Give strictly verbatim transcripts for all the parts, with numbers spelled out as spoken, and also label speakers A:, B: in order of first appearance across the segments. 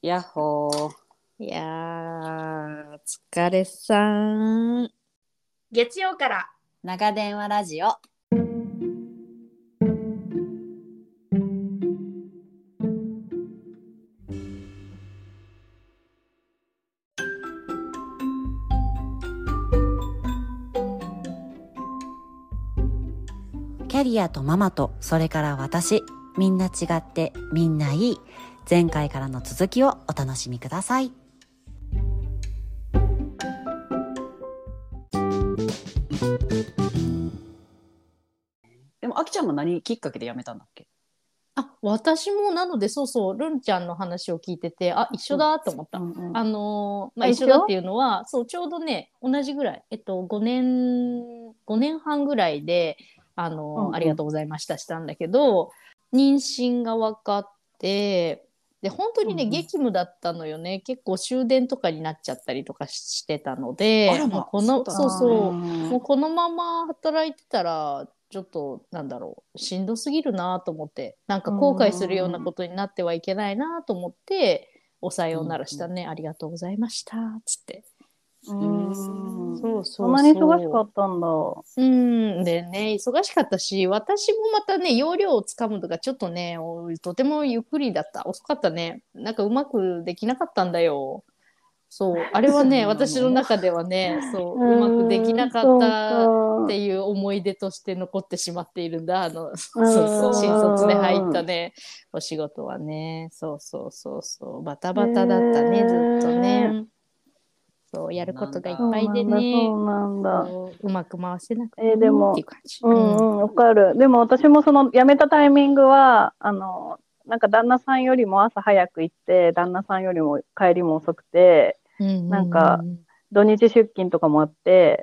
A: やっほー。
B: いやー、お疲れさん。
C: 月曜から
A: 長電話ラジオ。キャリアとママとそれから私、みんな違ってみんないい。前回からの続きをお楽しみください。でもあきちゃんも何きっかけで辞めたんだっけ？
B: あ、私もなので、そうそう、るんちゃんの話を聞いてて、あ、一緒だと思った。
A: うんうん、
B: あのー、まあ、
C: あ
B: 一緒だっていうのは、そう、ちょうどね、同じぐらい、えっと、ごねん、ごねんはんぐらいで、あのー
C: うんうん
B: ありがとうございましたしたんだけど、妊娠が分かって、で、本当にね、
A: うんうん
B: 激務だったのよね。結構終電とかになっちゃったりとかしてたので、
A: あらま
B: もうこの、
A: そうだった
B: そう
A: ね。
B: そう、もうこのまま働いてたら、ちょっとなんだろう、しんどすぎるなと思って、なんか後悔するようなことになってはいけないなと思って、おさようならしたね、ありがとうございましたつって。
C: うーん
B: そう
C: そんな
B: そうそう。
C: に忙しかったんだ。
B: うんでね、忙しかったし、私もまたね、要領をつかむのがちょっとね、おとてもゆっくりだった。遅かったね。なんかうまくできなかったんだよ。そう、あれはね、
A: そうなの
B: 私の中ではね、そう、うまくでき
C: うー
B: なんかっ
C: そう
B: たっ
C: か。
B: ていう思い出として残ってしまっているんだ。あの、
C: う
B: そうそう、新卒で入った
C: ん
B: ね、お仕事はね。そうそうそうそう、バタ
C: へ
B: バタだったね、ずっと
C: え。
B: ね。そう、やることがいっ
C: そう
B: ぱいで
C: なんだ、
B: ね、
C: そうなんだ。
B: そううまく回せなくて
C: えーで
B: ねっていう
C: も、
B: 感じ。
C: う
B: うん。
C: んうん、わかる。でも私もその辞めたタイミングは、あの、なんか旦那さんよりも朝早く行って、旦那さんよりも帰りも遅くて、
B: うんうん
C: なんか
B: うん
C: 土日出勤とかもあって、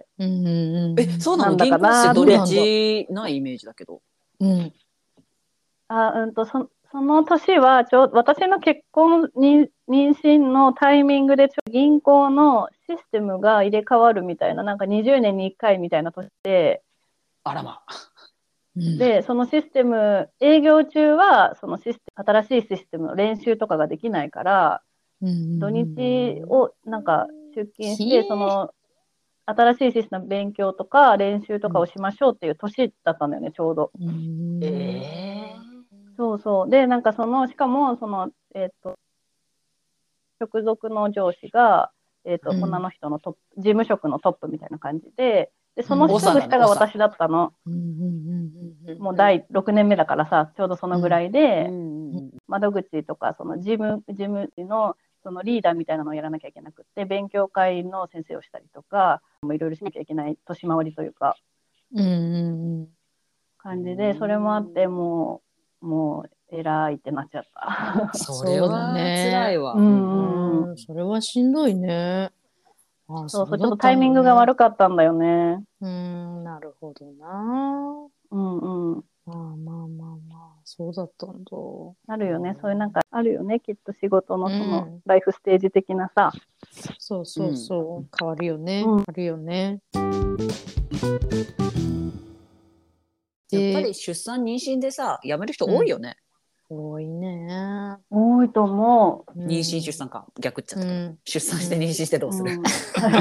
B: うんうんうん
A: え、そうなの？
C: なんだか
A: 銀行って土
C: なーって。
B: そうなんだ。
A: 日ないイメージだけど。
B: うん。
C: あ、うんと、そ、その年は、ちょう、私の結婚に、妊娠のタイミングで、ちょ銀行のシステムが入れ替わるみたいな、なんかにじゅうねんにいっかいみたいな年で、
A: あらま。
B: うん
C: で、そのシステム、営業中は、そのシステム、新しいシステムの練習とかができないから、
B: うんうん
C: 土
B: うん
C: 日をなんか出勤し
B: ひ
C: て、そ
B: え。
C: の、新しいシステムの勉強とか練習とか
B: うん
C: をしましょうっていう年だったんだよね、ちょうど。
B: うーん
A: え
C: そうそう。で、なんかその、しかも、その、えっと、直属の上司が、えっと、
B: うん
C: 女の人のトップ、事務職のトップみたいな感じで、で、その
B: うん
C: すぐ下が私だったの。
B: うんうんうんうん
C: もう第ろくねんめだからさ、ちょうどそのぐらい
A: ー。う
C: で、
A: んうん
C: 窓口とか、その事務、事務の、そのリーダーみたいなのをやらなきゃいけなくって、勉強会の先生をしたりとか、いろいろしなきゃいけない年回りというか、
B: うんうん
C: 感じで、それもあって、もう、もう、偉いってなっちゃった。
A: それ
B: そうだ
A: は辛い
B: ね。
A: わ。
C: う
A: うん
C: んうん。
B: うん、それはしんどいね。あ、
C: そうそう、ち
B: そうだった
C: ょっとタイミン
B: んだね。
C: グが悪かったんだよね。
B: うん、なるほどな。
C: うんうん。
B: まあまあまあまあ、そうだったんだ。
C: あるよね。そういうなんかあるよね。きっと仕事の
B: う
C: その
B: ん、
C: ライフステージ的なさ。
B: そうそうそう、変わるよね。
C: うん
B: あるよね。で、
A: やっぱり出産妊娠でさ、辞める人
B: うん、
A: 多いよね。
B: 多いね。
C: 多いと思
B: うん、
A: 妊娠出産か。逆っちゃったけど。
B: うん、
A: 出産して妊娠してどう
C: う。
A: する？
C: うん。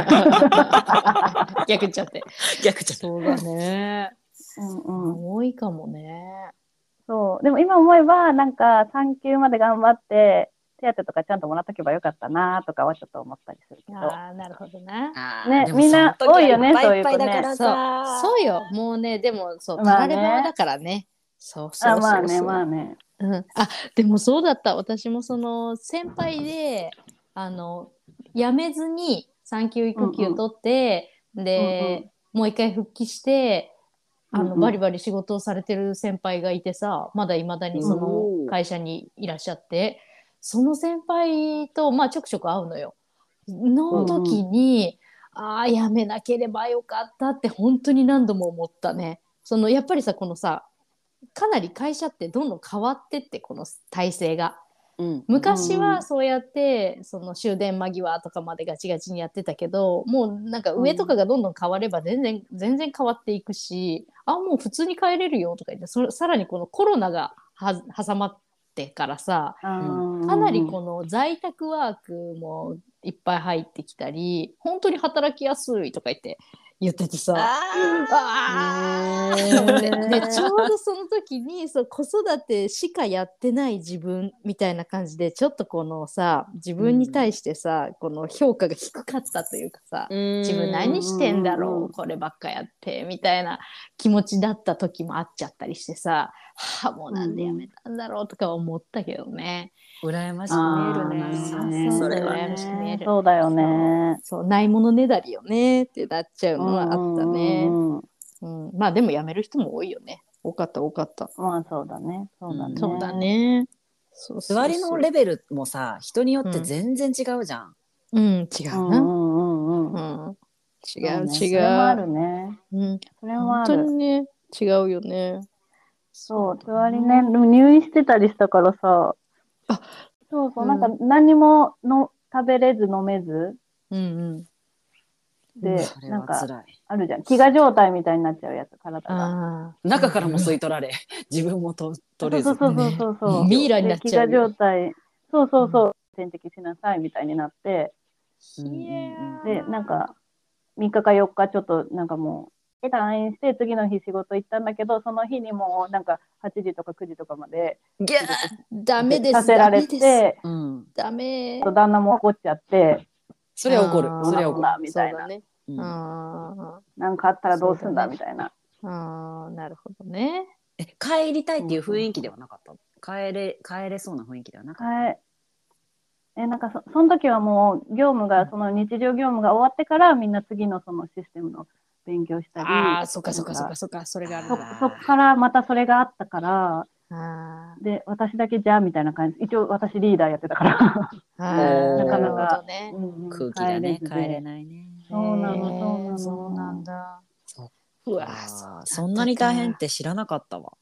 B: 逆言っちゃって。
A: 逆っちゃった。
B: そうだね。
C: うん
B: あ、
C: うん。
B: 多いかもね。
C: そう。でも今思えば、なんか産休まで頑張って、手当とかちゃんともらっとけばよかったなとかはちょっと思ったりするけど。
B: ああ、なるほどな。
A: あー
C: ね、
A: でも
C: みんな
A: その時はい
C: 多いよね、
A: っぱいいっぱい
C: そういう子ね。
A: だから
B: そう、
A: さ。
B: そうよ。もうね、でも、そう、た
C: まあ
B: らればだ
C: ね。
B: からね。そうそ
C: あ、
B: う
C: まあね、
B: そうそう。
C: まあね。
B: うん。あ、でもそうだった。私もその、先輩で、あの、辞めずに産休
C: うんうん。
B: 育休取って、
C: うんうん。
B: で、もう一回復帰して、あの、
C: うんうん。
B: バリバリ仕事をされてる先輩がいてさ、まだ未だにその
A: おお。
B: 会社にいらっしゃって、その先輩と、まあ、ちょくちょく会うのよ。の
C: うんうん。
B: 時に、ああ、やめなければよかったって本当に何度も思ったね。その、やっぱりさ、このさ、かなり会社ってどんどん変わってって、この体制が。
A: うんうん
B: 昔
C: うんうん。
B: はそうやってその終電間際とかまでガチガチにやってたけど、もうなんか上とかがどんどん変われば全然全然変わっていくし、あ、もう普通に帰れるよとか言って、それさらにこのコロナがは挟まっってからさ、
C: うん
B: かなりこの在宅ワークもいっぱい入ってきたり、本当に働きやすいとか言って言っててさ、
A: あ
B: あ
C: へ
B: ーと思って
C: ー
B: でちょうどその時にそう子育てしかやってない自分みたいな感じでちょっとこのさ自分に対してさ、この評価が低かったというかさ、自分何してんだ
C: うんうんうん
B: ろうこればっかやってみたいな気持ちだった時もあっちゃったりしてさ、はあもうなんでやめたんだろうとか思ったけどね。
A: 羨ましく見える
C: あーなるほど
A: ね。
C: ね
A: それは
B: 羨ましく見え
A: ね。
B: る。
C: そうだよね。
B: そうそうないものねだりよねってなっちゃうのはあったね。
C: うんうんうん
B: うん、まあでもやめる人も多いよね。多かった多かった。
C: まあそうだね。そうだね。
B: そうだね。そうそうそう
A: 座りのレベルもさ、人によって全然違うじゃん。
B: うん違うな。
C: うんうんうん
B: う
C: うん。
B: ん、違
C: そうね
B: う違
C: それもある
B: う。
C: ね。
B: うん、
C: それも
B: 本当
C: ある。
B: にね違うよね。
C: そう、
B: だな
C: 座りね。でも入院してたりしたからさ。
B: あ、
C: そうそう、
B: うん
C: なんか何もの食べれず飲めず
B: うんうん。
C: で、
A: それ
C: なんか
A: は辛い。
C: あるじゃん。飢餓状態みたいになっちゃうやつ、体が。
B: ああ。
A: 中からも吸
B: い。
A: い取られ、自分もと
C: そう
A: 取れず。
C: そうそうそう
B: ね
C: そうそう。
B: ミイラにな
C: で、
B: っちゃうよ。
C: 飢餓状態。そうそうそう。点滴しなさいみたいになって。
A: うんうんうん
C: で、なんかみっかかよっかちょっとなんかもう、退院して次の日仕事行ったんだけど、その日にもうなんかはちじとかくじとかまで
A: ギャー。
B: ダメです。
C: させられ
B: ダメです。
C: て、
A: うん。
B: ダメ。
C: 旦那も怒っちゃって、
A: それは怒る
B: あ。ー
A: それは怒る。
C: だみたいな
B: そうだね。
A: うん
B: あ
C: なんかあったらどうすんだ
B: そうだね
C: みたいな。
B: あ、ああ、なるほどね。
A: え、帰りたいっていう雰囲気ではなかったの？帰れ、帰れそうな雰囲気ではなかったの？
C: はい。え、なんかそ、その時はもう業務が、その日常業務が終わってからみんな次のそのシステムの勉強したり、
B: ああ、そっかそっか
C: なん
B: そっかそっか、それがある
C: そ、
B: な。
C: そっからまたそれがあったから、
B: あ
C: で、私だけじゃみたいな感じ。一応私リーダーやってたから、
B: あ、ああ、
A: おー
B: なるほ
C: なかなか
B: ど、ね。
C: うんうん
A: 空気がね、
C: 帰れず
A: 帰れ
C: で。
A: ないね。
C: そうなの、
B: へえ
C: そうなの。
B: そうなんだ。
A: そっ
B: うわ、
A: か
B: そうだったか
A: そんなに大変って知らなかったわ。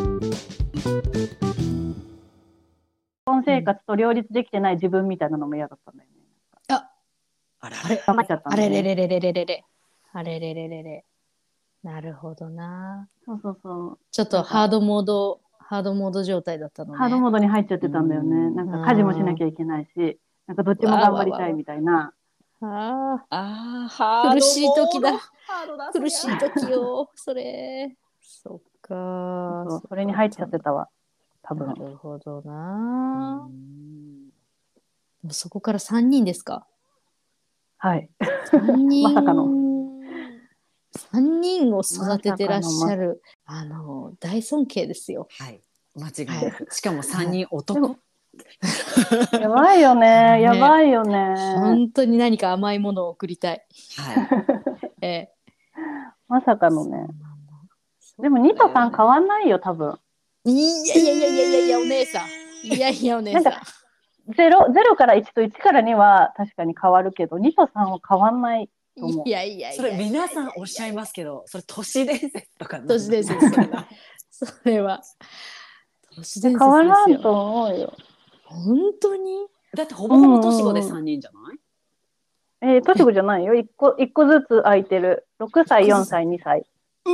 C: 結婚生活と両立できてない自分みたいなのも嫌だったんだよね。
B: あ、
A: あれ
B: あれ、
C: 頑張っちゃったん
B: あ
C: だよね。
B: れれれれれれれれ。あれれれれれ。なるほどな。
C: そうそうそう。
B: ちょっとハードモード、ハードモード状態だったのね。
C: ハードモードに入っちゃってたんだよね。
A: うん
C: なんか家事もしなきゃいけないし、なんかどっちも頑張りたいみたいな。
B: あ
A: ああ、
B: 苦しい時だ
A: ハードだ
B: あ、苦しい時よ、それ。そっか。
C: そう、それに入っちゃってたわ。多
B: な
C: 分。
B: るほど
A: う
B: な。
A: ん
B: もうそこからさんにんですか。
C: はい。
B: さんにん。
C: まさかの。
B: さんにんを育ててらっしゃる、あの、大尊敬ですよ。
A: はい、間違いなく。しかもさんにん男。
C: でもやばいよね。やばいよね。
B: 本当に何か甘いものを送りたい。
A: はい。
B: ええ。
C: まさかのね。でも、ニトさん変わんないよ、多分。
B: いやいやいやいやいやいや、お姉さん。いやいや、お姉さん。
C: なんかゼロ、ゼロからいちといちからには確かに変わるけど、ニトさんは変わんないと思う。
B: いやいやいや。
A: それ皆さんおっしゃいますけど、それ都市伝説とか。
B: 都市伝説それは。それは。都市伝説ですよ。
C: 変わらんと思うよ。
B: 本当に？
A: だってほぼほぼ年子でさんにんじゃない？
C: えー、年子じゃないよ。いっこ、一個ずつ空いてる。ろくさい、よんさい、にさい。
B: う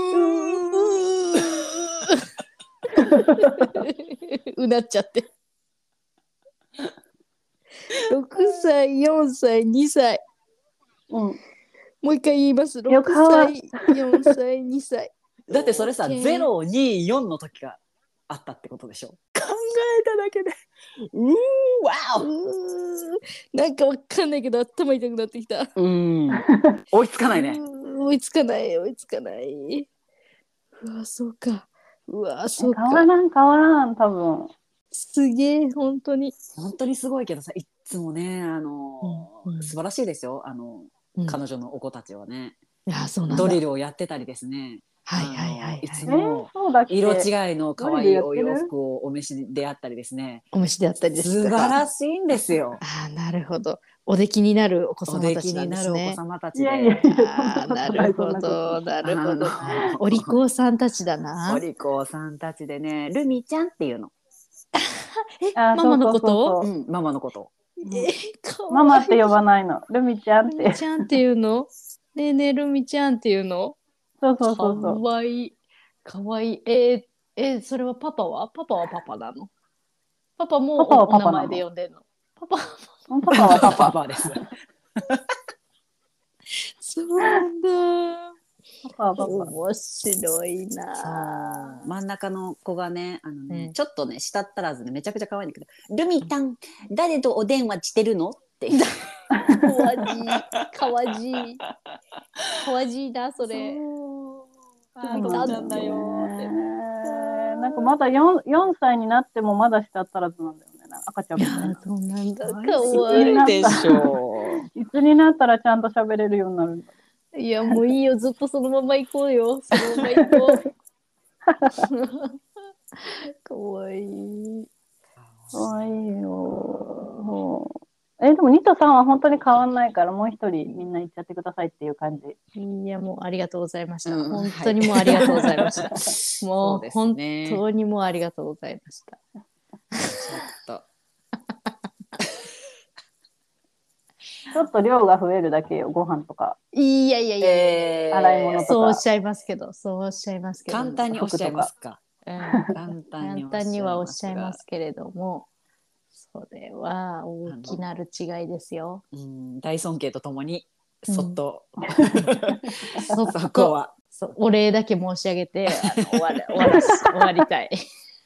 B: うなっちゃって。ろくさい、よんさい、にさい。
C: うん。
B: もう一回言います。
C: よ
B: ろくさい、
C: か
B: よんさい、にさい。
A: だってそれさ、
B: オッケー
A: ゼロ、に、よんの時があったってことでしょ。考えただけで。うーわ
B: うーなんかわかんないけど頭痛くなってきた。
A: お。うん。追いつかないね。
B: うー追いつかない追いつかない。うわそうか。うわそうか。
C: 変わらん、変わらん、多分。
B: すげえ本当に。
A: 本当にすごいけどさ、いっつもね、あの、
B: うんうん
A: 素晴らしいですよ。あの、
B: うん、
A: 彼女のお子たちはね、
B: いやそうなんだ。
A: ドリルをやってたりですね。
B: はいはいはいはい。
A: あのいつ
C: え
A: も
C: ー、そうだっけ。
A: 色違いの可愛いお洋服をお召しであったりですね。
B: お召しであったりです
A: 素
B: か。
A: 晴らしいんですよ。
B: ああなるほど。お出来になるお子
A: お出来
B: 様たちな
A: になるお子
B: んですね。
A: 様たち
C: いやいや
A: で。
C: いや、
B: ああなるほどなるほどな。
A: あの
B: お利口さんたちだな。
A: お利口さんたちでね、ルミちゃんっていうの。
B: え
C: あー
B: ママのこ
C: そうそう
B: と？
C: そう
A: うん、ママのこと。
B: えかわいい
C: ママって呼ばないの。ルミちゃんっ
B: ル
C: て。
B: ミちゃんっていうの？ねえねえルミちゃんっていうの？
C: そうそう
B: か
C: そうそう。
B: わいい。かわいい。えー、えーそれはパパはパパはパパなの？ パパも
C: パパは
B: お名
C: パパなの
B: 前で呼んでんの。パパ。
C: パパはパパ。
A: パパです。
B: そうなんだ。
C: パパはパパ。
B: 面白い
A: そ
B: な
A: う。真ん中の子がね、あのね、
B: うん
A: ちょっとね、舌ったらずでめちゃくちゃ可愛いんだけど、ルミタン、誰とお電話してるのって言って。
B: かわじい。かわじい。かわじいな、それ。
A: あ
C: そう
A: ー、
C: なん
A: ちゃんだよって。
C: なんかまだ 4, 4歳になってもまだ舌足らずなんだよね。なんか赤ちゃん
B: いや
C: みたいな。
B: そうなんだ。
A: 可
B: かわ
A: 愛
B: い
A: いでしょう。
C: いつになったらちゃんと喋れるようになるんだ。
B: い。いや、もういいよ。ずっとそのまま行こうよ。そのまま行こう。かわいい。
C: かわいいよ。もうえ、でもニトさんは本当に変わんないから、もう一人みんな行っちゃってくださいっていう感じ。
B: いや、もうありがとうございました。
A: うん
B: 本当にもうありがとうございました。も
A: そううです
B: 本
A: ね
B: 当にもうありがとうございました。
A: ちょっと。
C: ちょっと量が増えるだけよ、ご飯とか。
B: いやいやいやいや、
A: えー
C: 洗い物とか
B: そうおっしゃいますけど、そうおっしゃいますけども。
A: 簡単におっしゃいますか。
B: うん
A: 簡単に
B: 簡単にはおっしゃい
A: が
B: ますけれども、それは大きなる違いですよ。
A: うん、大尊敬とともにそっと、
B: そっ
A: そこは
B: そうお礼だけ申し上げてあの終わり終わらし終わりたい。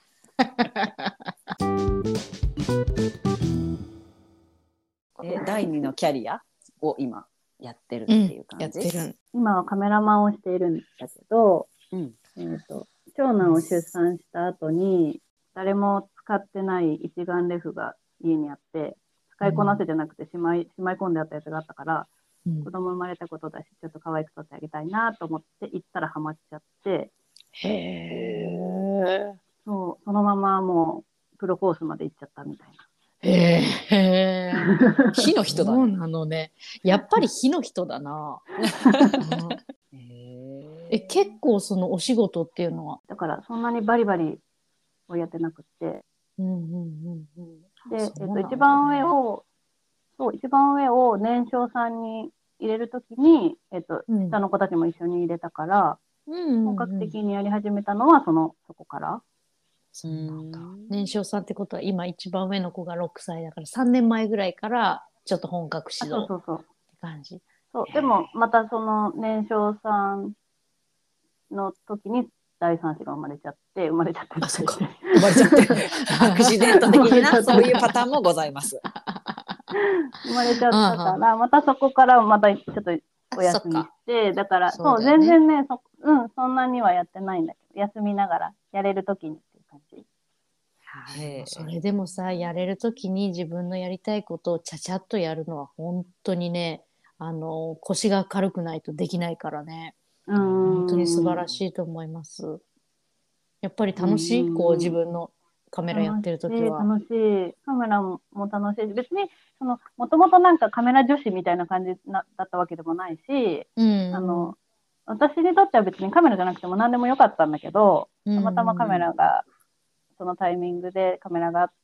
A: え第二のキャリアを今やってるっていう感じ、
B: やってる。
C: 今はカメラマンをしているんだけど、
A: うん
C: えーと、長男を出産した後に、誰も使ってない一眼レフが家にあって、使いこなせじゃなくてしまい、しまい込んであったやつがあったから、
B: うん
C: 子供生まれたことだし、ちょっと可愛く撮ってあげたいなと思って行ったらハマっちゃって、
B: へえ。
C: そう、そのままもうプロコースまで行っちゃったみたいな。
B: へえ。
A: 火の人だ
B: そう
A: ね。
B: なのね。やっぱり火の人だな。うんえ結構そのお仕事っていうのは。
C: だからそんなにバリバリをやってなくって、
B: うんうんうんうん。
C: で、えっと、
B: そうなんだね
C: 一番上を、そう、一番上を年少さんに入れるときに、えっと、
B: うん
C: 下の子たちも一緒に入れたから、
B: うんうんうん
C: 本格的にやり始めたのは、その、そこから。
B: そうなんだ。年少さんってことは今一番上の子がろくさいだからさんねんまえぐらいからちょっと本格
C: あ
B: 指導っ
C: そうそうそう。
B: て感じ。
C: そう、でも、またその年少さんの時に第三子が生まれちゃって、生まれちゃって
A: あ、そうか。生まれちゃって。アクシデント的にな、そういうパターンもございます。
C: 生まれちゃったから、またそこからまたちょっとお休みして、だから、そう、
B: そうだよね
C: 全然ねそ、うん、そんなにはやってないんだけど、休みながら、やれる時にっていう感じ。
A: へ
B: それでもさやれるときに自分のやりたいことをちゃちゃっとやるのは本当にねあの腰が軽くないとできないからね
C: うん。
B: 本当に素晴らしいと思います。やっぱり楽しい
C: うん
B: こう自分のカメラやってるときは。
C: 楽しい、楽しい。カメラも楽しい。別に、その、もともとなんかカメラ女子みたいな感じなだったわけでもないし、
B: うん
C: あの、私にとっては別にカメラじゃなくても何でもよかったんだけど、たまたまカメラが、そのタイミングでカメラがあって、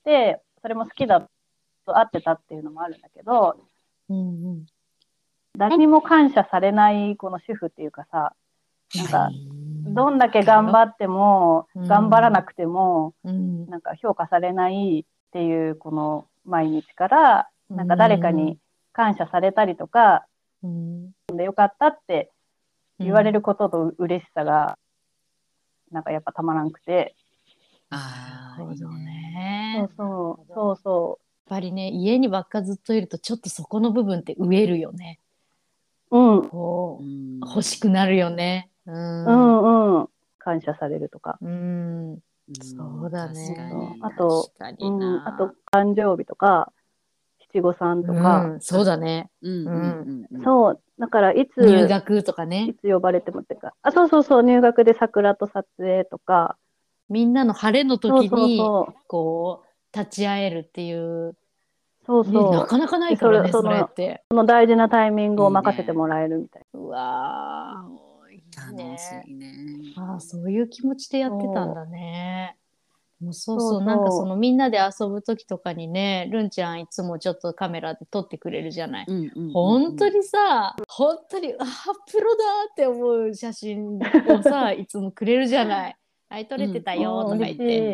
C: それも好きだと合ってたっていうのもあるんだけど、
B: うんうん
C: 誰にも感謝されないこの主婦っていうかさ、なんか、どんだけ頑張っても、
B: うん
C: 頑張らなくても、
B: うん
C: なんか評価されないっていうこの毎日から、なんか誰かに感謝されたりとか、
B: うん
C: でよかったって言われることと嬉しさが、なんかやっぱたまらんくて。
A: あ
B: なるほど
C: そ
B: ね
C: う。そう、そうそ
B: やっぱりね家にばっかずっといるとちょっとそこの部分って飢えるよね。
C: う。うん、
B: こう、
A: うん
B: 欲しくなるよね。う。
C: うんん、うん。感謝されるとか。
B: うん。そうだね
A: 確かに
C: あと
A: 確かに
C: うん、
A: な
C: あと、誕生日とか、七五三とか、
B: うん、そうだね。
A: うんうんうんうん、
C: そう、だからいつ、
B: 入学とか
C: い
B: ね。
C: つ呼ばれてもってか、あ、そうそうそう、入学で桜と撮影とか、
B: みんなの晴れの
C: そうそう
B: 時に、
C: そう、
B: こう、立ち会えるっていう、ね、
C: そうそう、
B: なかなかないからね、そ
C: でそれ
B: れって。
C: その大事なタイミングを任せてもらえるみたいな。
B: うわー、いい
A: 楽
B: ね。
A: しいね。
B: ああ、そういう気持ちでやってたんだね。もうそうそう、
C: そうそう
B: なんかそのみんなで遊ぶ時とかにね、るんちゃんいつもちょっとカメラで撮ってくれるじゃない。
A: うんうんうんうん、
B: 本当にさ、本当に、あ、プロだって思う写真をさ、いつもくれるじゃない。はい、撮れてたよとか言って。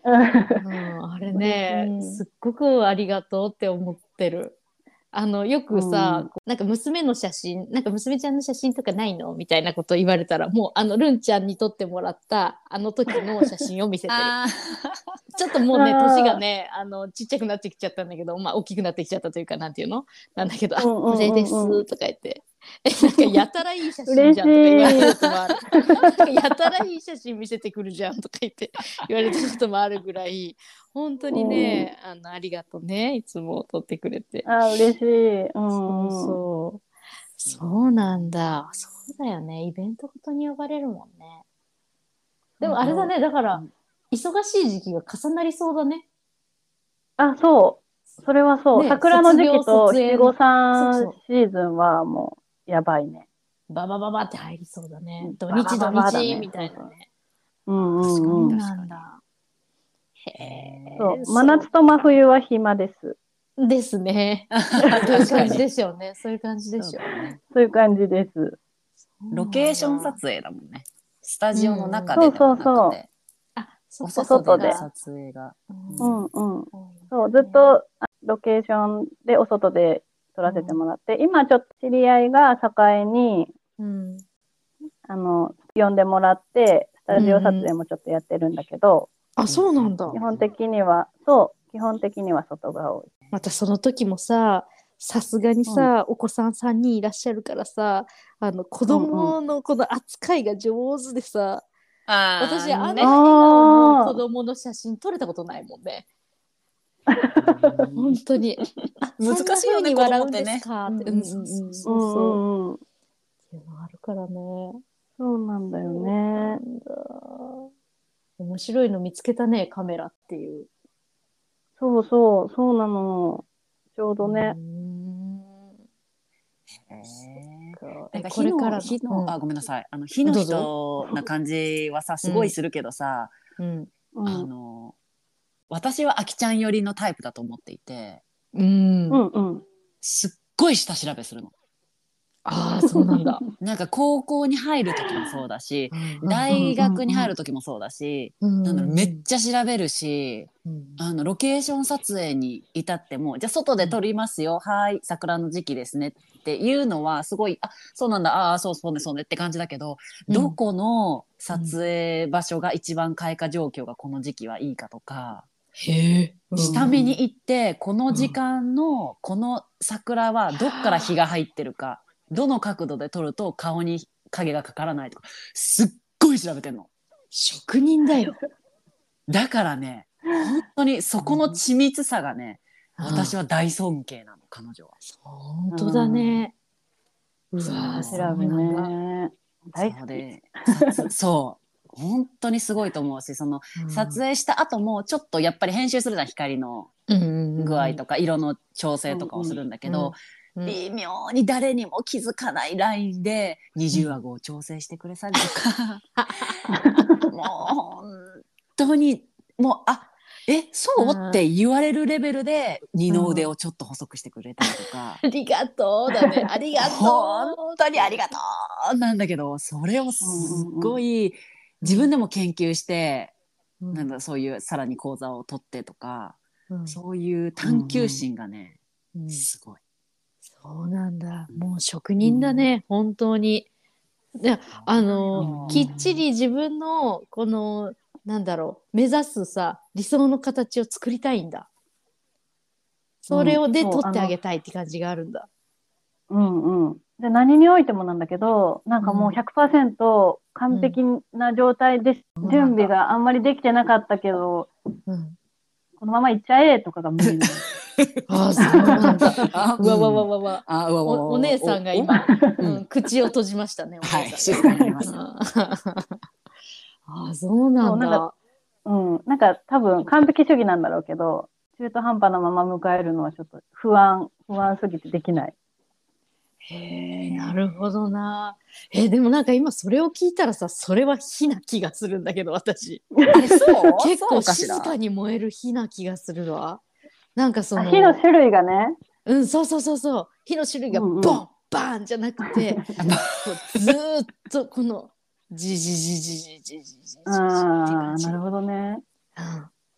B: うん、あれね、
C: うん
B: すっごくありがとうって思ってる。あの、よくさ、
C: うん
B: こうなんか娘の写真、なんか娘ちゃんの写真とかないのみたいなこと言われたら、もうあの、るんちゃんに撮ってもらったあの時の写真を見せてる。
A: あ
B: ちょっともうね、年が
C: あ
B: ね、あの、ちっちゃくなってきちゃったんだけど、まあ、大きくなってきちゃったというか、なんていうのなんだけど、あ、
C: うんうん
B: これで
C: うんうん
B: す、とか言って。え、なんか、やたらいい写真
C: 嬉し
B: じゃんとか言われ
C: い。
B: ることもある。なんかやたらいい写真見せてくるじゃんとか言って言われたこともあるぐらい、本当にね、あの、ありがとうね。いつも撮ってくれて。
C: あー、嬉しい。う
B: そう
C: んうん。
B: そう。そうなんだ。そうだよね。イベントごとに呼ばれるもんね。でもあれだね。だから、忙しい時期が重なりそうだね。
C: あ、そう。それはそう。
B: ね、
C: 桜の時期
B: 卒業
C: と七五
B: 卒園、そう
C: 三
B: そう。
C: シーズンはもうやばいね。
B: ババババって入りそうだね。土
C: ババ
B: 日土
C: ババだね。
B: 日みたいなね。
C: うんう
A: 確か
C: んうん。
A: に確かに。
B: そうなんだ。へえ。
C: そう。真夏と真冬は暇です。
B: ですね。そういう
A: 確か
B: 感じ
A: に。
B: でしょうね。そういう感じで
A: そう
B: しょう。
A: だね。
C: そういう感じです。
A: ロケーション撮影だもんね。スタジオの中
C: そう
A: ででもな
C: そうそう。
A: くて、
B: あ、そ
A: お
B: っか
A: 外での
C: お外で。
A: 撮影が。
B: う
C: うんうん。
B: ん
C: そう、ずっとあロケーションでお外で撮らせてもらって、今ちょっと知り合いが栄に、
B: うん。
C: あの、呼んでもらって、スタジオ撮影もちょっとやってるんだけど、
B: あ、そうなんだ
C: 基。本的には、そう、基本的には外が多い。
B: またその時もさ、さすがにさ、お子さんさんにんいらっしゃるからさ、あの子供のこの扱いが上手でさ、
A: あ
B: 私あんな
A: ね。
B: 笑顔の子
C: あ
B: 供の写真撮れたことないもんね。
A: うん
B: 本当に。あ、
A: 難しいよね
B: そんな風に笑うんで
A: 子供ってね
B: すかって。
A: う
B: うんん
A: うんうん
B: そうそう
C: あ、う
B: そうそう。
C: んうんうん。
B: っていうのあるからね。
C: そうなんだよ
B: そう
C: ね。
B: なんだ。面白いの見つけたね、カメラっていう。
C: そうそう、そうなの。ちょうど
B: う
C: ね。
B: ん。
A: へー
B: か
A: なんか
B: え、こ
A: 火の、
B: れからの。
A: 火の、あ、ごめんなさい。あの、火の
B: どうぞ。
A: 人な感じはさ、すごいするけどさ、
B: うん。
A: あ
C: うん。
A: の、私はあきちゃん寄りのタイプだと思っていて、
B: うん
C: う。んうん。
A: すっごい下調べするの。
B: ああ、そうなんだ。
A: なんか高校に入る時もそうだし、大学に入る時もそうだし、なんだろう、めっちゃ調べるし、あの、ロケーション撮影に至っても、じゃあ外で撮りますよ。はい、桜の時期ですねっていうのは、すごい、あ、そうなんだ、ああ、そうそうね、そうねって感じだけど、
B: うん
A: どこの撮影場所が一番開花状況がこの時期はいいかとか、
B: へえ。
A: 下見に行って、この時間のこの桜はどっから日が入ってるか、どの角度で撮ると顔に影がかからないとか、すっごい調べてんの。
B: 職人だよ。
A: だからね、本当にそこの緻密さがね、私は大尊敬なの、彼女は。
B: 本当だね。うわー、
A: そう
B: そう
C: 調べ
B: なんだ。
C: ね。大好き。
A: そうで、撮そう。本当にすごいと思うし、その撮影した後もちょっとやっぱり編集するじゃん、光の具合とか色の調整とかをするんだけど、微妙に誰にも気づかないラインで二重顎を調整してくれたりとか、もう本当にもうあえそうって言われるレベルで二の腕をちょっと細くしてくれたりとか、
B: ありがとうだね。ありがとう。
A: 本当にありがとうなんだけど、それをすっごい自分でも研究して、
B: うん
A: なんだそういうさらに講座を取ってとか、
B: うん
A: そういう探求心がね、
B: うん
A: すごい。
B: そうなんだ。もう職人だね、本当に。で、あの、きっちり自分の、この、なんだろう、目指すさ、理想の形を作りたいんだ。それをで、
C: そう
B: 取ってあげたいって感じがあるんだ。
C: うんうん。で、何においてもなんだけど、なんかもうひゃくパーセント完璧な状態で、準備があんまりできてなかったけど、
B: うん
C: このまま行っちゃえとかが無理なの。
B: ああ、そうなんだ。
A: あ
B: うわわわわわ。
A: あうわわわわ
B: おお姉さんが今、
A: お
B: うん、口を閉じましたね、お
A: はい、
B: 姉さ
A: 静
B: んが。
A: かになります。
B: ああ、そうなんだ。
C: うん。なんか多分完璧主義なんだろうけど、中途半端なまま迎えるのはちょっと不安、不安すぎてできない。
B: へえ、なるほどな。え、でもなんか今それを聞いたらさ、それは火な気がするんだけど、私。
A: あれそう
B: 結構
A: そうかしら
B: 静かに燃える火な気がするわ。なんかその、
C: あ、火の種類がね。
B: うん、そうそうそうそう。火の種類がボン、
C: うんうん
B: バーンじゃなくて、こうずーっとこの、じじじじじじじじじじって
C: ああ、
B: 感じ。
C: なるほどね。
B: うん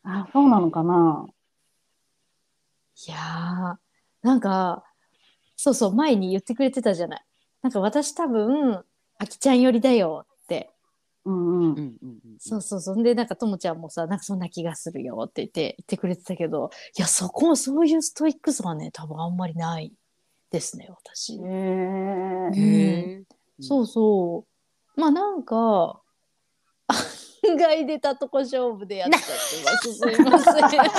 C: あ、そうなのかな。
B: いやー、なんか、そうそう、前に言ってくれてたじゃない。なんか私多分、あきちゃん寄りだよって。
C: うんうん。
A: うんうんうん
B: そうそうそう。んで、なんかともちゃんもさ、なんかそんな気がするよって言って、言ってくれてたけど、いや、そこ、そういうストイックさはね、多分あんまりないですね、私。
C: へ
B: う
C: え。
B: ん。
A: へえ。
B: そうそう。まあなんか、案外出たとこ勝負でやっちゃってます。すいませ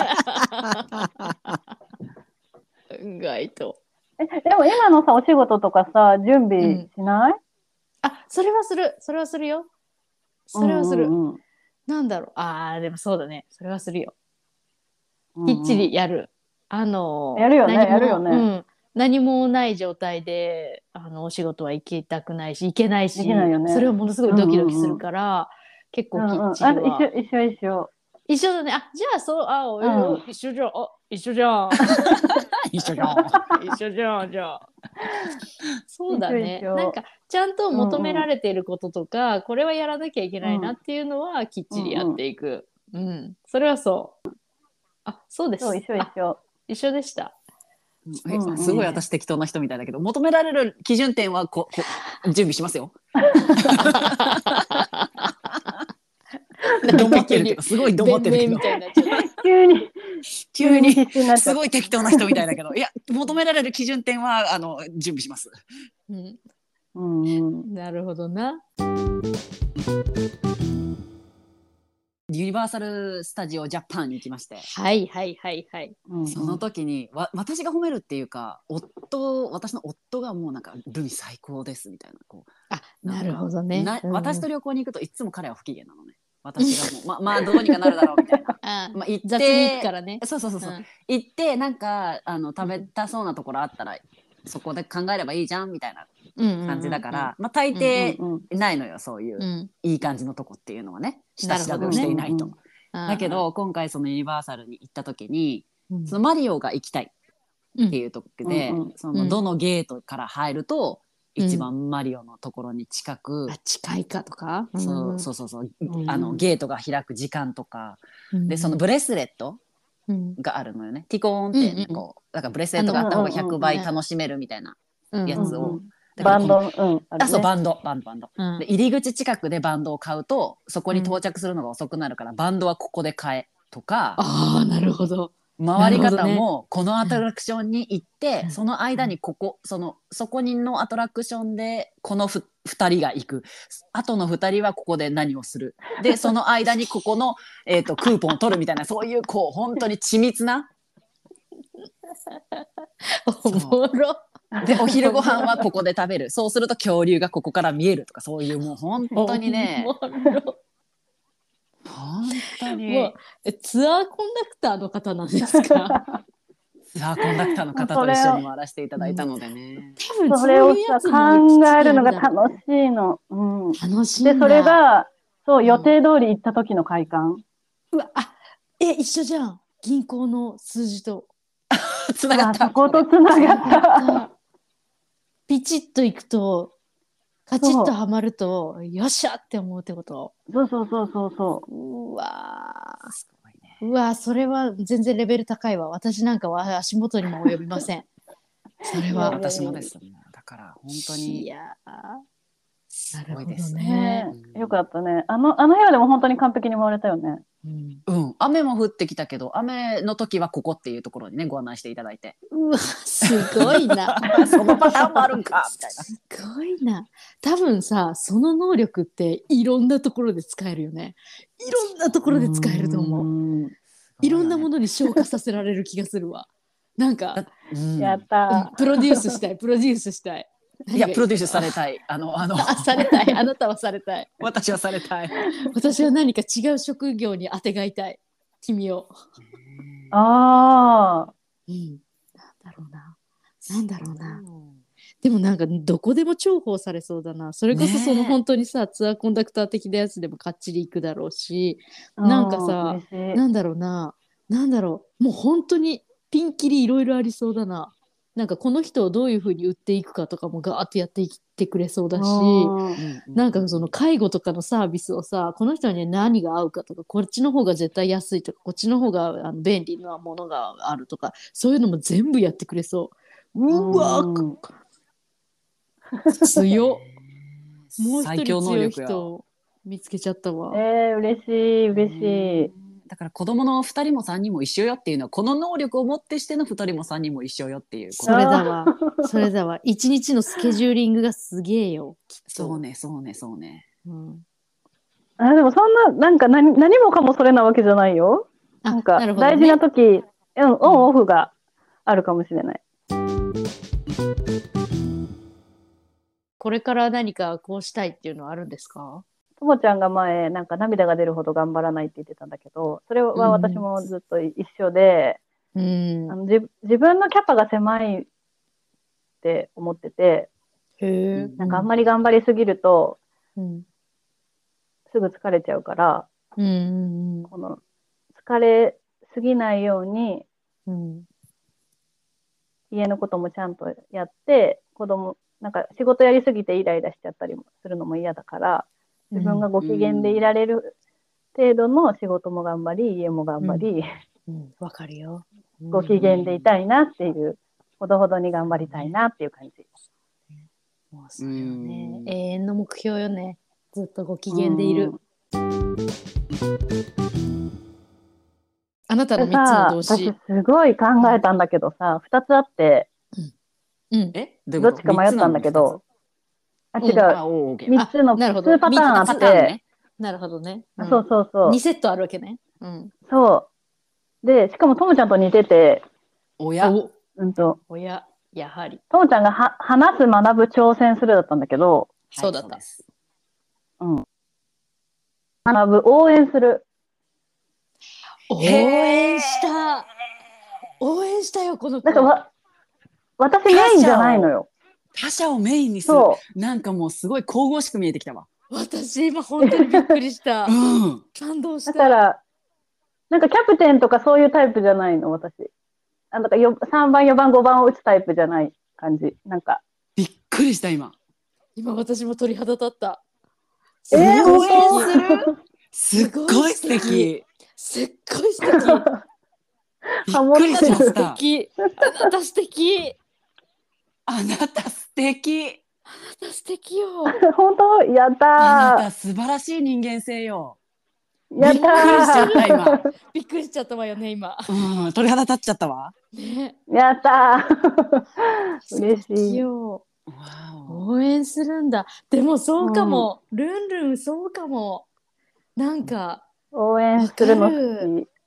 B: ん。案外と。
C: え、でも今のさ、お仕事とかさ、準備
B: うん。
C: しない？
B: あ、それはする。それはするよ。
C: う
B: それはする。
C: んうん
B: なんだろう。ああ、でもそうだね。それはするよ。
C: う
B: きっち
C: んうん。
B: りやる。あの、
C: やるよね、やるよ
B: 何も、う
C: ね。
B: ん。何もない状態で、あの、お仕事は行きたくないし、行けない
C: できない
B: し、
C: よね。
B: それはものすごい
C: うん
B: ドキドキする
C: うんうん。
B: から、結構きっ
C: うんうん。あ、一緒、
B: ちりは。
C: 一緒、一緒。
B: 一緒だね。あ、じゃあ、そう、あ、お
C: う
B: えお
C: ん。
B: 一緒じゃん。あ、一緒じゃん。
A: 一緒じゃん。
B: 一緒じゃん、じゃあ。そう
C: 一緒一
B: だね。なん
C: 緒。
B: か、ちゃんと
C: う
B: 求め
C: んうん。
B: られていることとか、これはやらなきゃいけないな
C: うん。
B: っていうのは、きっちりやっ
C: うんうん。
B: ていく。うん。それはそう。あ、そうで
C: そう、
B: す。
C: 一緒一
B: あ、
C: 緒。
B: 一緒でした。
C: う
A: え、すごい
C: んうん。
B: ね。
A: 私適当な人みたいだけど、求められる基準点はこ、こ、準備しますよ。どもってるけど、すごいどもっ
B: 弁
A: てるけど、
B: 明みたいになっちゃった。
C: 急に、急
A: 急に
C: に必死になっちゃった。
A: すごい適当な人みたいだけど、いや、求められる基準点は、あの、準備します。
B: うん、
C: うんうん。
B: なるほどな。
A: ユニバーサル・スタジオ・ジャパンに行きまして、
B: はいはいはいはい。
C: うん
A: その
C: うん。
A: 時にわ私が褒めるっていうか、夫私の夫がもうなんかルミ最高ですみたいな、こ
B: あ、
A: うなん
B: なるほ
A: か
B: どね。
A: な
B: うんうん、
A: 私と旅行に行くといつも彼は不機嫌なのね。私がもうままあどうにかなるだろうみたいな。
B: あ、
A: まあ、行っ
B: 雑に行くか
A: て
B: らね。
A: そうそうそうそう、
B: うん、
A: 行ってなんかあの食べたそうなところあったら、そこで考えればいいじゃんみたいな
B: うんうん
A: 感じだ
B: うんうん。
A: から、まあ大
B: うん
C: うん
A: 抵
C: うん。
A: ないのよ、そういう
B: うん。
A: いい感じのとこっていうのはね、下調べをし
B: なるほどね。
A: ていないと。
C: うんうん
A: だけ
B: あ
A: ど今回そのユニバーサルに行った時に、
B: うん
A: そのマリオが行きたい
B: うん
A: っていうとこ
C: うん
A: で、
C: うん。
A: そのど
B: うん
A: のゲートから入ると一
B: うん。
A: 番マリオのところに近く、
B: あ、近いかとか。う
A: そう
B: ん
A: そうそうそう、
C: うん
A: あのゲートが開く時間とか
B: うん
A: で、そのブレスレット
B: うん
A: があるのよね。ティコーンっ
B: うんうん。
A: てこうだからブレスレ
B: あの、
A: ットがあった方が
C: うんうん
A: 100
C: うんうん。
A: 倍楽しめるみたいな
B: うんうんうん。
A: やつを、
C: うんうん。
A: だからこの
C: バンド、うん、あ
A: あ
C: るね。
A: そうバンドバンドバンド
B: うん
A: で、入り口近くでバンドを買うとそこに
B: うん
A: 到着するのが遅くなるから、バンドはここで買えとか、
B: ああ、なるほど。な
A: 回り
B: るほどね。
A: 方もこのアトラクションに行って
B: うん
A: その間にここそのそこにのアトラクションでこのふふたりが行く、あとのふたりはここで何をする、でその間にここの、えー、とクーポンを取るみたいな、そういうこう本当に緻密な。
B: おもろ。
A: でお昼ご飯はここで食べる、そうすると恐竜がここから見えるとか、そういうもう本当にね、
B: おもろ。
A: 本当に
B: もうえツアーコンダクターの方なんですか？
A: ツアーコンダクターの方と一緒に回らせていただいたのでね。
B: 多分
C: それをさ、
B: そういうやつもきっち
C: 考えるのが
B: りやるだろう
C: 楽
B: ね。
C: しいの。うん。
B: 楽しい
C: で、
B: ん
C: それ
B: だ。
C: が、そう、
B: ん
C: 予定通り行った時の快感。
B: うわ、あ、え、一緒じゃん。銀行の数字と。
C: あ、
A: つながった
C: そことつながった。
B: ピチッといくと、カチッ
C: そう。
B: とはまると、よっしゃって思うってこと。
C: そうそうそうそうそう
B: わー
A: すごいね。
B: うわーそれは全然レベル高いわ。私なんかは足元にも及びません。それ
C: いやいや
B: は。
A: 私もです。だから本当
B: い
A: に
B: やー
A: す
B: なるほど
A: ごいです。
B: ね。
C: ねえ、よかったね。あの、あの部屋でも本当に完璧に回れたよね。
B: うん
A: うん、雨も降ってきたけど、雨の時はここっていうところにねご案内していただいて、
B: うわ、すごいな。
A: そのパターンもあるんかみたいな。
B: すごいな。多分さ、その能力っていろんなところで使えるよね。いろんなところで使えると思う。
C: うん。
B: いろんなも
A: の、
B: のに昇華させられる気がするわ。なんか、
A: うん、
C: やった
B: プロデュースしたい、プロデュースしたい。
A: いやプロデュースされ
B: い。
A: たい、あのあの
B: あ、されたい。あなたはされたい。
A: 私はされたい。
B: 私は何か違う職業にあてがいたい。君を。
C: ー。ああ。
B: うん。なんだろうな。なんだろうな。でもなんかどこでも重宝されそうだな。それこそその
A: ねえ
B: 本当にさ、ツアーコンダクター的なやつでもかっちりいくだろうし、なんかさ、
C: 嬉しい。
B: なんだろうな。なんだろう。もう本当にピンキリいろいろありそうだな。 なんかこの人をどういうふうに売っていくかとかもガーッとやっていってくれそうだし、なんかその介護とかのサービスをさ、この人には何が合うかとか、こっちの方が絶対安いとか、こっちの方があの便利なものがあるとか、そういうのも全部やってくれそう。うわー、強っ。もう一人強い人を見つけちゃったわ。
C: えー、嬉しい嬉しい。
A: だから子供のふたりもさんにんも一緒よっていうのは、この能力をもってしてのふたりもさんにんも一緒よっていう。
B: それだわ。それだわ。一日のスケジューリングがすげえよ。
A: そうねそうねそうね。
B: うん、
C: あでもそんななんか何何もかもそれなわけじゃないよ。なんか大事な時、ね、オンオフがあるかもしれない。
B: これから何かこうしたいっていうのはあるんですか？
C: ともちゃんが前なんか涙が出るほど頑張らないって言ってたんだけど、それは私もずっと一緒で、うん、あの自自分のキャパが狭いって思ってて、
B: へ
C: なんかあんまり頑張りすぎると、うん、すぐ疲れちゃうから、
B: うん、
C: この疲れすぎないように、うん、家のこともちゃんとやって、子供なんか仕事やりすぎてイライラしちゃったりもするのも嫌だから、自分がご機嫌でいられる程度の仕事も頑張り、家も頑張り、
B: うんうん、わかるよ。
C: ご機嫌でいたいなっていう、ほどほどに頑張りたいなっていう感じ。
B: もうそれはね、永遠の目標よね。ずっとご機嫌でいる。あなたのみっつの動詞。
C: 私すごい考えたんだけどさ、ふたつあって、
B: うん、
A: え
C: どっちか迷ったんだけど、あ、違う。みっつのにパターンあって。
B: なるほどね。
C: うん、そうそうそう。
B: にセットあるわけね。うん、
C: そう。で、しかもともちゃんと似てて。
A: おや。
C: うんと。
B: おや、やはり。
C: ともちゃんがは話す、学ぶ、挑戦するだったんだけど。
B: そうだった。
C: うん。学ぶ、応援する。
B: 応援した。応援したよ、この子。
C: なんかわ、私メインじゃないのよ。
A: 他者をメインにする。なんかもうすごい神々しく見えてきたわ。
B: 私今本当にびっくりした。うん、感動した。
C: だからなんかキャプテンとかそういうタイプじゃないの私。あなんかさんばんよばんごばんを打つタイプじゃない感じ。なんか
A: びっくりした今。
B: 今私も鳥肌立った。
C: えー、
B: 応援
A: する。すっごい素敵。
B: すっごい素敵。
A: びっくりしました。
B: 素敵。あなた素敵。
A: あなた素敵。
B: あなた素敵よ。
C: 本当やったー。
A: あなた素晴らしい人間性よ。
C: やったー。
A: びっくりしちゃった今。
B: びっくりしちゃったわよね今。
A: うん、鳥肌立っちゃったわ。
B: ね。
C: やったー。嬉しい
B: よ。応援するんだ。でもそうかも。うん、ルンルンそうかも。なんか
C: 応援するの好き。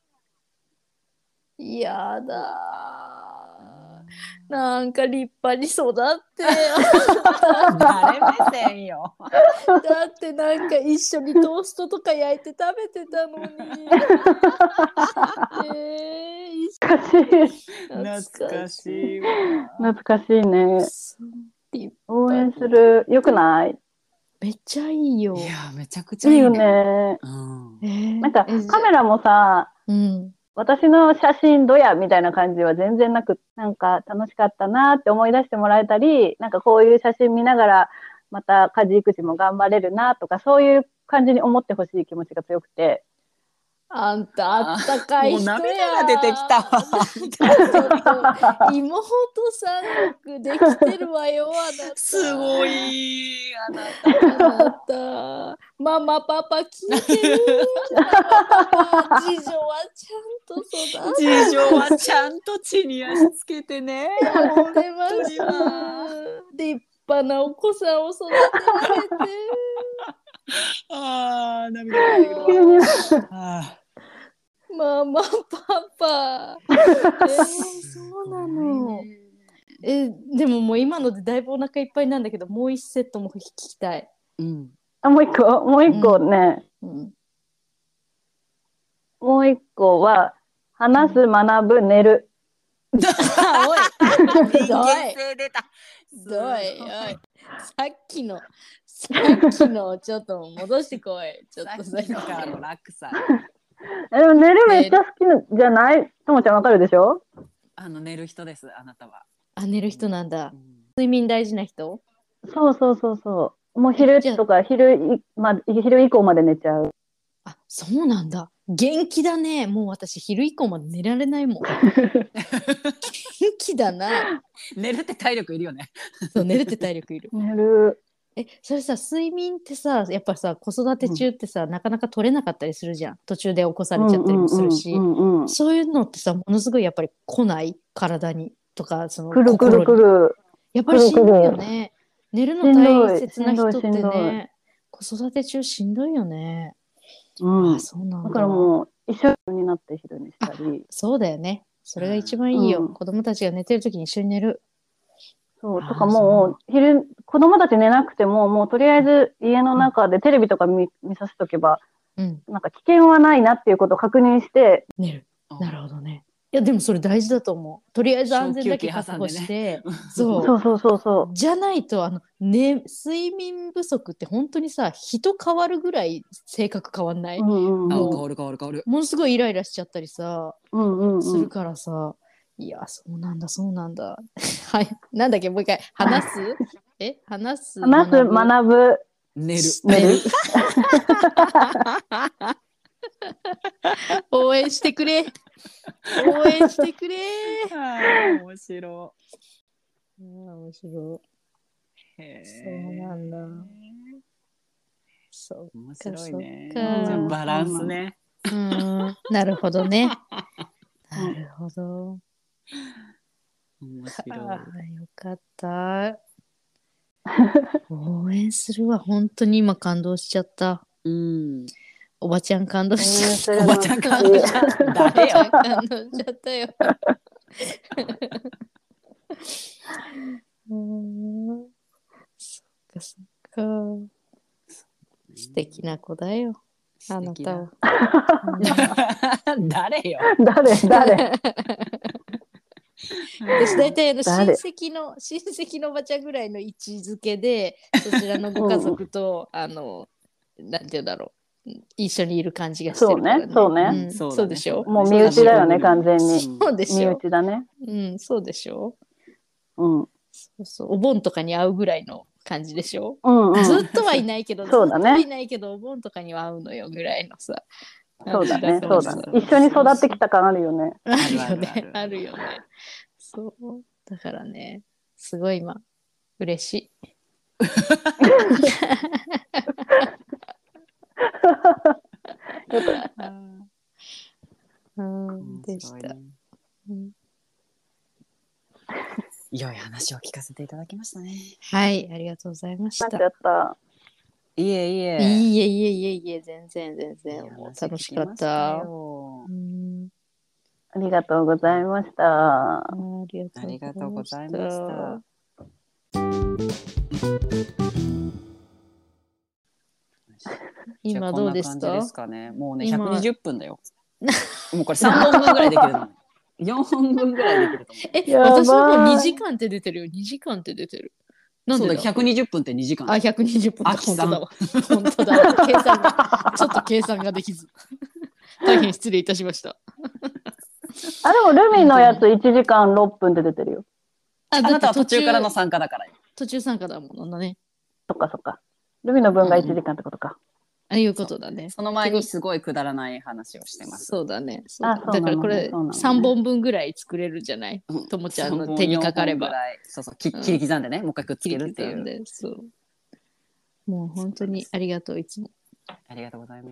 B: やだなんか立派に育って
A: 誰目線よ。
B: だってなんか一緒にトーストとか焼いて食べてたのに。
C: えー、懐かしい
A: 懐かしいわ。
C: 懐かしいね。応援するよくない？
B: めっちゃいいよ。
A: いやめちゃくちゃいいね。
C: いいよね。
A: うん
C: えー、なんかカメラもさ、うん、私の写真どやみたいな感じは全然なく、なんか楽しかったなって思い出してもらえたり、なんかこういう写真見ながらまた家事育児も頑張れるなとか、そういう感じに思ってほしい気持ちが強くて。
B: あんたあったかい人や。
A: もう涙が出てきたわ。
B: 妹さん力できてるわよあなた。
A: すごいあな
B: た。あなた。ママパパ聞いてる。次女はちゃんと育て。
A: 次女はちゃんと地に足つけてね。
B: やってます。立派なお子さんを育てられて。
A: ああ涙が出てくるわ。
B: ママパパ。えー、そうなの。えでももう今のでだいぶお腹いっぱいなんだけど、もう一セットも聞きたい。
A: うん。
C: あもう一個もう一個ね、うんうん、もう一個は話す、学ぶ、寝る。
B: おい。
A: 人間性出た。
B: おいおい。さっきのさっきのちょっと戻してこい。ちょっと
A: さっきのからの落差。
C: でも寝るめっちゃ好きじゃない？ともちゃんわかるでしょ？
A: あの寝る人ですあなたは。
B: あ、寝る人なんだ。睡眠大事な人？
C: そうそうそうそう。もう昼とか昼い、まあ、昼以降まで寝ちゃう。
B: あ、そうなんだ。元気だね。もう私昼以降まで寝られないもん。元気だな。
A: 寝るって体力いるよね。
B: そう、寝るって体力いる。
C: 寝る。
B: え、それさ、睡眠ってさ、やっぱさ、子育て中ってさ、うん、なかなか取れなかったりするじゃん。途中で起こされちゃったりもするし、そういうのってさ、ものすごいやっぱり来ない体にとか、その
C: くるくるくる。
B: やっぱりしんどいよね。寝るの大切な人ってね、子育て中しんどいよね。
C: うん、あ、そうなんだ。だからもう一緒になって昼にしたり。
B: そうだよね。それが一番いいよ。うん、子供たちが寝てる時に一緒に寝る。
C: そうとかもう昼子供たち寝なくてももうとりあえず家の中でテレビとか 見,、見させとけば、うん、なんか危険はないなっていうことを確認して
B: 寝る。なるほどね。いやでもそれ大事だと思う。とりあえず安全だけ確保して、ね、
C: そうそうそうそうそう
B: じゃないとあの、ね、睡眠不足って本当にさ人変わるぐらい性格変わんない、うん
A: うんうん、変わる変わる変わる。
B: ものすごいイライラしちゃったりさ、
C: うんうんうん、
B: するからさ。いや、そうなんだ、そうなんだ。はい、なんだっけ、もう一回、話すえ話す
C: 話す、学ぶ、
A: 寝る。
C: 寝る。
B: 応援してくれ。応援してくれ。
A: あ、面白
B: い。面白い。へそうなんだ。そう
A: 面白いね。
B: じゃあ
A: バランスね。
B: うん、なるほどね。なるほど。
A: 面白い。あ、
B: よかった。応援するわ。本当に今感動しちゃった。うん。おばちゃん感動しちゃった。
A: おばちゃん感動しちゃった。誰よ。
B: 感動しちゃったよ。うん。そっかそっか。素敵な子だよ。あなたは。
A: 誰よ。
C: 誰誰。
B: 私大体あの親戚の親戚のおばちゃんぐらいの位置づけでそちらのご家族と、うん、あのなんていうんだろう一緒にいる感じがしてるからね。
C: そうね、そうね、
B: うん、そうそうでしょ。
C: もう身内だよね完全に。
B: そうでしょ。
C: 身内だね。
B: うん、そうでしょ。
C: うん。
B: そうそうお盆とかに会うぐらいの感じでしょ。
C: うんうん、
B: ずっとはいないけど、
C: そうだね、
B: ずっとはいないけどお盆とかには会うのよぐらいのさ。
C: そうだね、そうだね。一緒に育ってきた感あるよね。
B: あるよね、あるよね。そうだからね、すごい今嬉しい。よかった。うんでした。うん、
A: 良い話を聞かせていただきましたね。
B: はい、ありがとうございました。
C: やった。
A: いえいえ。
B: いえいえいえいえ、全然全然もう楽しかった。
C: うん、ありがとうございました。
A: ありがとうございました。
B: 今どうですか？
A: ですかね。もうねひゃくにじゅっぷんだよ。もうこれさんぼんぶんぐらいできるの。よんほんぶんぐらいできると思う。
B: え、私もにじかんって出てるよ。にじかんって出てる。
A: なんでだ？ひゃくにじゅっぷんってにじかん。
B: あ、ひゃくにじゅっぷんだ。本当だわ。本当だ。計算がちょっと計算ができず。大変失礼いたしました。
C: あ、でもルミのやついちじかんろっぷんで出てるよ。
A: あなたは途中からの参加だから。
B: 途中参加だもんね。
C: そっかそっか。ルミの分がいちじかんってことか。
B: ああいうことだね。
A: その前にすごいくだらない話をしてます。
B: そうだね。そうだ, だからこれさんぼんぶんぐらい作れるじゃない。ともちゃんの手にかかれば。
A: そうそう、き切り刻んでね、もう一回くっつけるっていう。
B: でそう。もう本当にありがとういつも。
A: ありがとうございます。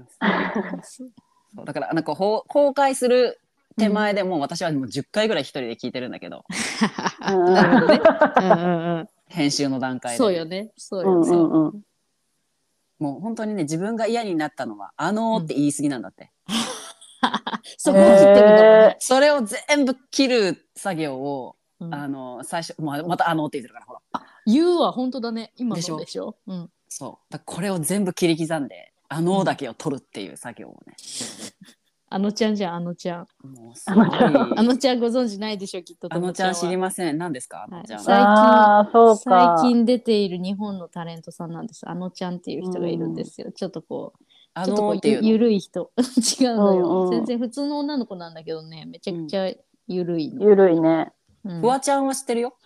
A: そうだからなんか公開する手前でもう私はもうじゅっかいぐらい一人で聞いてるんだけど。
B: なるほどね。うんうんうん。
A: 編集の段階で。
B: そうよね。そうよね。うんうん、
A: もう本当にね自分が嫌になったのはあのーって言い過ぎなんだって。うん、
B: そこを切ってるんだもんね。
A: それを全部切る作業を、うん、あの最初ままたあのーって言ってるからほら。
B: あ言うわ本当だね今のでしょ。でしょ、うん、
A: そうだこれを全部切り刻んであのーだけを取るっていう作業をね。
B: あのちゃんじゃんあのちゃん。もうすごいあのちゃんご存知ないでしょきっと。
A: あのちゃん知りません。何ですかあのちゃん。
B: 最近そうか最近出ている日本のタレントさんなんです。あのちゃんっていう人がいるんですよ。ちょっとこうちょっとこうゆゆるい人違うのよ、うんうん。全然普通の女の子なんだけどねめちゃくちゃゆるいの。
C: ゆるいね。
A: フワちゃんは知ってるよ。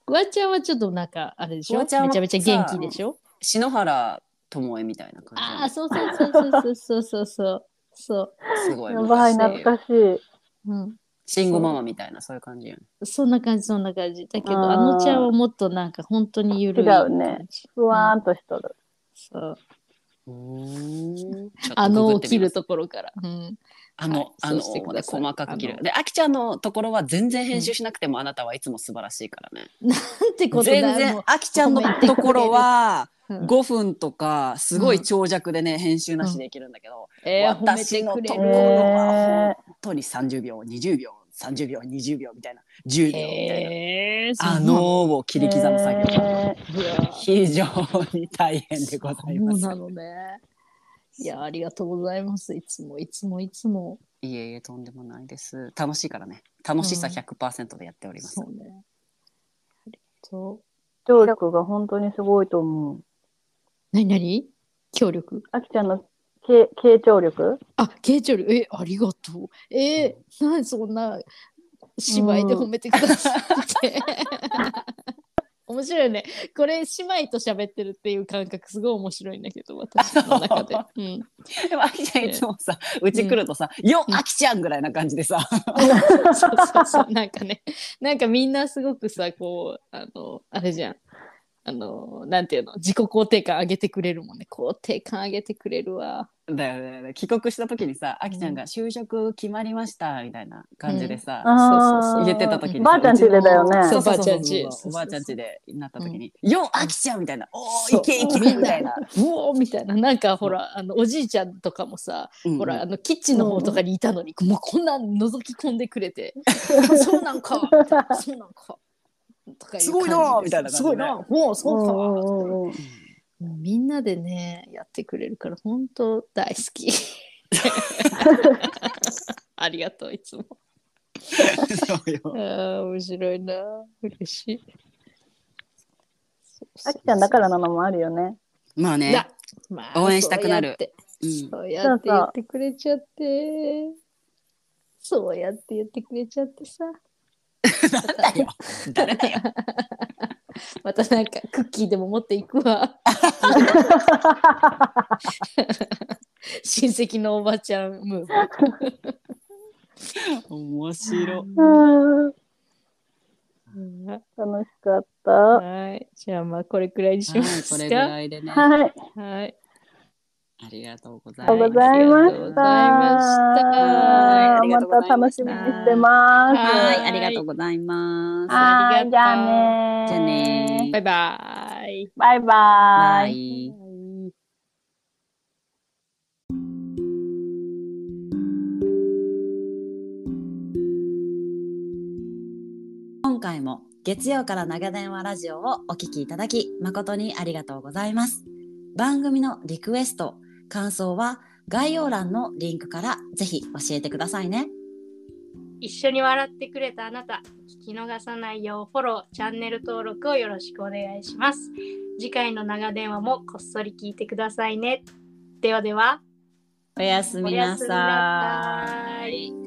B: フワちゃんはちょっとなんかあれでしょ、めちゃめちゃ元気でしょ。
A: 篠原智恵みたいな感じ。
B: ああ、そうそうそうそうそうそうそうそう
A: すごい
C: やばい、懐かしい。
B: うん。
A: 慎吾ママみたいな、そういう感じやん。
B: そんな感じ、そんな感じ。だけど、あのちゃんはもっとなんか本当にゆるい
C: 違うね。ふわーんとしとる。
B: うん、そう。
A: うん
B: あのを切るところから。うん、
A: あの、はい、あのまで細かく切る。で、あきちゃんのところは全然編集しなくても、うん、あなたはいつも素晴らしいからね。
B: なんてことだ。
A: 全然あきちゃんのところはごふんとかすごい長尺でね、うん、編集なしでいけるんだけど、うんえー、私のところは本当にさんじゅうびょうにじゅうびょうさんじゅうびょうにじゅうびょうみたいなじゅうびょうみたいな、えー、あのを切り刻む作業が非常に大変でございます。
B: そうなのね。いや、ありがとうございます。いつもいつもいつも。
A: いえいえ、とんでもないです。楽しいからね。楽しさ ひゃくパーセント でやっております。
B: うん、そうね。ありがとう。
C: 協力が本当にすごいと思う。
B: 何何？協力？
C: あきちゃんの傾聴力？
B: あ、傾聴力。え、ありがとう。えー、なんそんな芝居で褒めてくださって。面白いね。これ姉妹と喋ってるっていう感覚すごい面白いんだけど、私の中で。うん、
A: でもあきちゃんいつもさ、うち来るとさ、うん、よっあきちゃんぐらいな感じでさ。
B: そうそうそう、なんかね、なんかみんなすごくさ、こう、あの、あれじゃん。あの、なんていうの、自己肯定感上げてくれるもんね。肯定感上げてくれるわ。
A: だよね。帰国した時にさ、あきちゃんが就職決まりましたみたいな感じでさ、
B: うん、そうそうそう
A: 言ってた時にさ、
C: ばあちゃんちでだよね。
B: そう、ばあちゃんち。
A: おばあちゃんちでなった時に、うん、よっあきちゃんみたいな、おーいけいけみたいな。
B: おーみたいな。なんかほら、あの、おじいちゃんとかもさ、うんうん、ほら、あの、キッチンの方とかにいたのに、うん、もうこんな覗き込んでくれて、そうなんかそうなんかとかいう感じです
A: ごいなみたいな感じで、
B: すごいなもうそうかもうみんなでねやってくれるから本当大好きありがとういつも
A: そうよ
B: あ面白いな嬉しい
C: あきちゃんだからなのもあるよね。
A: まあね、まあ、応援したくなる
B: そうやって言ってくれちゃって、うん、そうやって言ってくれちゃってさ
A: なんだよ誰だよ
B: またなんかクッキーでも持っていくわ親戚のおばちゃんムー
A: ブ面白
C: 楽しかった。
B: はいじゃあまあこれくらいにしますか。
A: はい、これぐらいでね。
C: はい、
B: はい、
A: ありがとうございま
C: した。ありがとうございました。また楽しみにしてます。
A: はい、ありがとうございます。
C: はい、じゃあね。
A: じゃあね。
B: バイバイ。
C: バイバイ。
A: 今回も月曜から長電話ラジオをお聞きいただき誠にありがとうございます。番組のリクエスト、感想は概要欄のリンクからぜひ教えてくださいね。
D: 一緒に笑ってくれたあなた、聞き逃さないようフォロー、チャンネル登録をよろしくお願いします。次回の長電話もこっそり聞いてくださいね。ではでは、
A: おやすみなさい。
D: おやすみなさい。